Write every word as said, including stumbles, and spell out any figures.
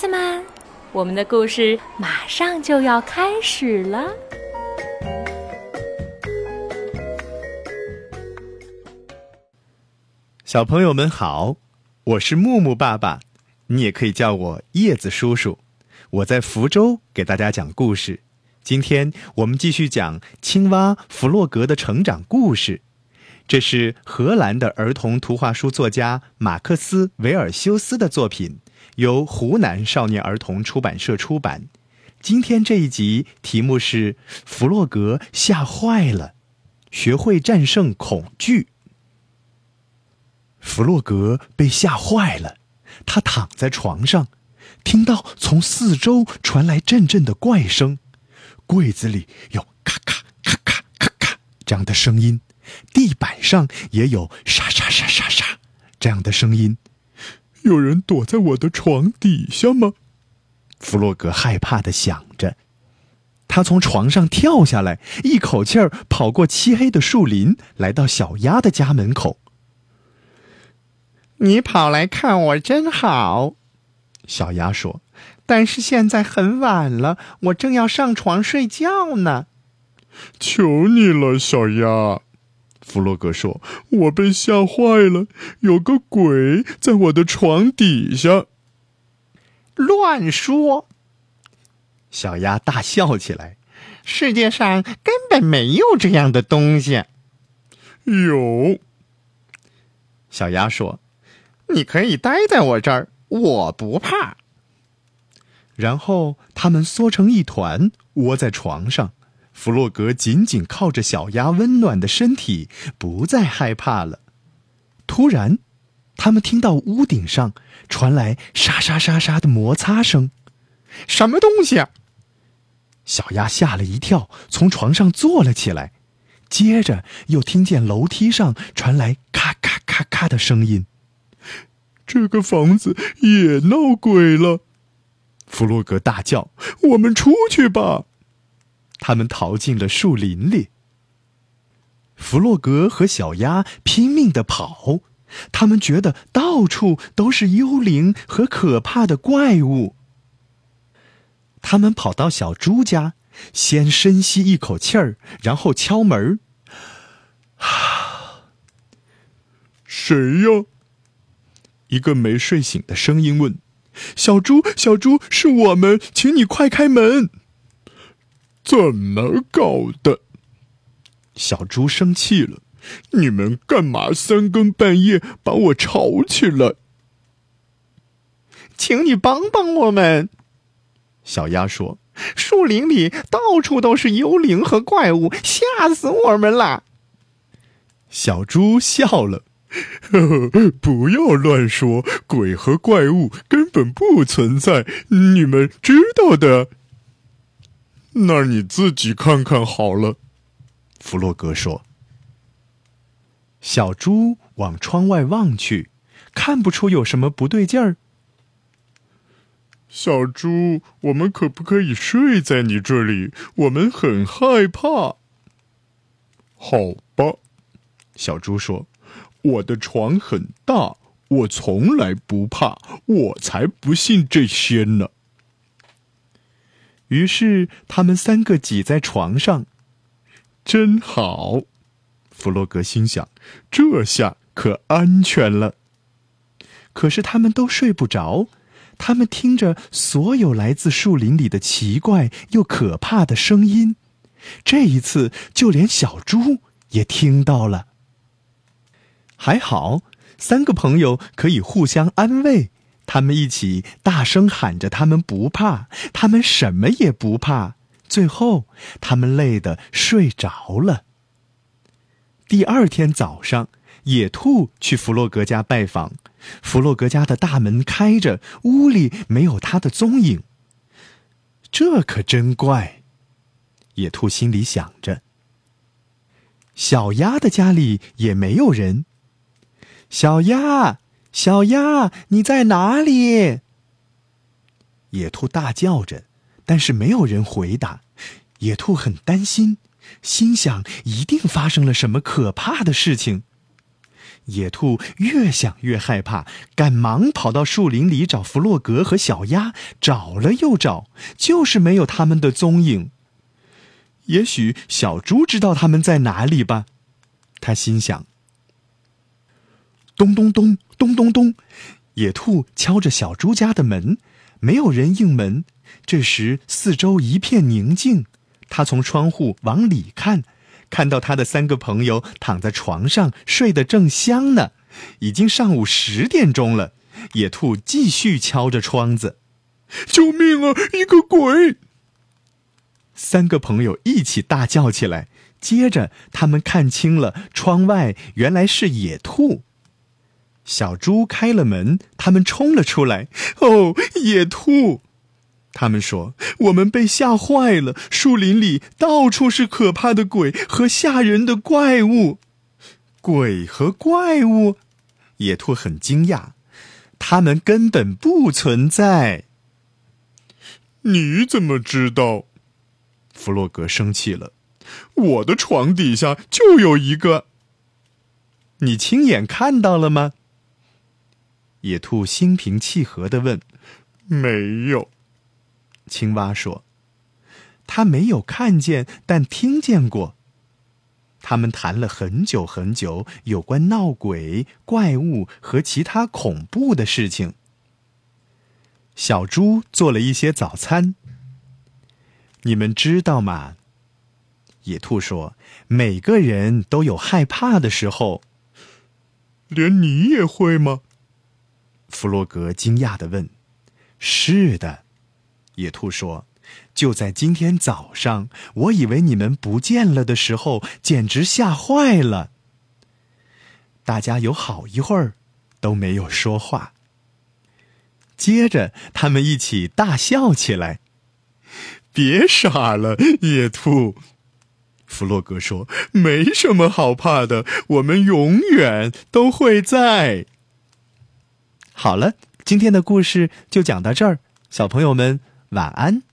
子们，我们的故事马上就要开始了。 小朋友们好，我是木木爸爸，你也可以叫我叶子叔叔。我在福州给大家讲故事。今天我们继续讲青蛙弗洛格的成长故事。这是荷兰的儿童图画书作家马克思·维尔修斯的作品，由湖南少年儿童出版社出版。今天这一集题目是弗洛格吓坏了，学会战胜恐惧。弗洛格被吓坏了，他躺在床上，听到从四周传来阵阵的怪声，柜子里有咔咔咔咔咔咔这样的声音，地板上也有沙沙沙沙沙这样的声音。有人躲在我的床底下吗？弗洛格害怕地想着。他从床上跳下来，一口气儿跑过漆黑的树林，来到小鸭的家门口。 你跑来看我真好， 小鸭说， 但是现在很晚了，我正要上床睡觉呢。 求你了，小鸭，弗洛格说，我被吓坏了，有个鬼在我的床底下。 乱说！ 小鸭大笑起来， 世界上根本没有这样的东西。 有， 小鸭说， 你可以待在我这儿，我不怕。 然后他们缩成一团，窝在床上。弗洛格紧紧靠着小鸭温暖的身体，不再害怕了。突然，他们听到屋顶上传来沙沙沙沙的摩擦声。 什么东西啊？ 小鸭吓了一跳，从床上坐了起来。接着又听见楼梯上传来咔咔咔咔的声音。 这个房子也闹鬼了！ 弗洛格大叫， 我们出去吧！ 他们逃进了树林里。弗洛格和小鸭拼命地跑，他们觉得到处都是幽灵和可怕的怪物。他们跑到小猪家，先深吸一口气儿，然后敲门。 谁呀？一个没睡醒的声音问。小猪，小猪，是我们，请你快开门。怎么搞的？ 小猪生气了， 你们干嘛三更半夜把我吵起来？ 请你帮帮我们。 小鸭说， 树林里到处都是幽灵和怪物，吓死我们了。 小猪笑了， 呵呵，不要乱说，鬼和怪物根本不存在，你们知道的。那你自己看看好了， 弗洛格说。小猪往窗外望去，看不出有什么不对劲儿。 小猪，我们可不可以睡在你这里？我们很害怕。好吧，小猪说，我的床很大，我从来不怕，我才不信这些呢。 于是他们三个挤在床上。 真好，弗洛格心想，这下可安全了。 可是他们都睡不着，他们听着所有来自树林里的奇怪又可怕的声音，这一次就连小猪也听到了。还好，三个朋友可以互相安慰，他们一起大声喊着他们不怕，他们什么也不怕。最后他们累得睡着了。第二天早上，野兔去弗洛格家拜访，弗洛格家的大门开着，屋里没有他的踪影。这可真怪，野兔心里想着。小鸭的家里也没有人。小鸭，小鸭，你在哪里？野兔大叫着，但是没有人回答。野兔很担心，心想一定发生了什么可怕的事情。 野兔越想越害怕，赶忙跑到树林里找弗洛格和小鸭，找了又找，就是没有他们的踪影。也许小猪知道他们在哪里吧，他心想。咚咚咚，咚咚咚，野兔敲着小猪家的门，没有人应门。这时四周一片宁静，他从窗户往里看，看到他的三个朋友躺在床上睡得正香呢。已经上午十点钟了，野兔继续敲着窗子。 救命啊，一个鬼！ 三个朋友一起大叫起来，接着他们看清了窗外原来是野兔。小猪开了门，他们冲了出来。哦，野兔！他们说，我们被吓坏了，树林里到处是可怕的鬼和吓人的怪物。鬼和怪物？野兔很惊讶，他们根本不存在。 你怎么知道？ 弗洛格生气了， 我的床底下就有一个。 你亲眼看到了吗？野兔心平气和地问。 没有。 青蛙说，他没有看见，但听见过。他们谈了很久很久有关闹鬼、怪物和其他恐怖的事情。小猪做了一些早餐。你们知道吗？野兔说，每个人都有害怕的时候。 连你也会吗？ 弗洛格惊讶地问。是的，野兔说，就在今天早上，我以为你们不见了的时候，简直吓坏了。大家有好一会儿都没有说话。接着他们一起大笑起来。 别傻了，野兔，弗洛格说，没什么好怕的，我们永远都会在。 好了，今天的故事就讲到这儿，小朋友们晚安。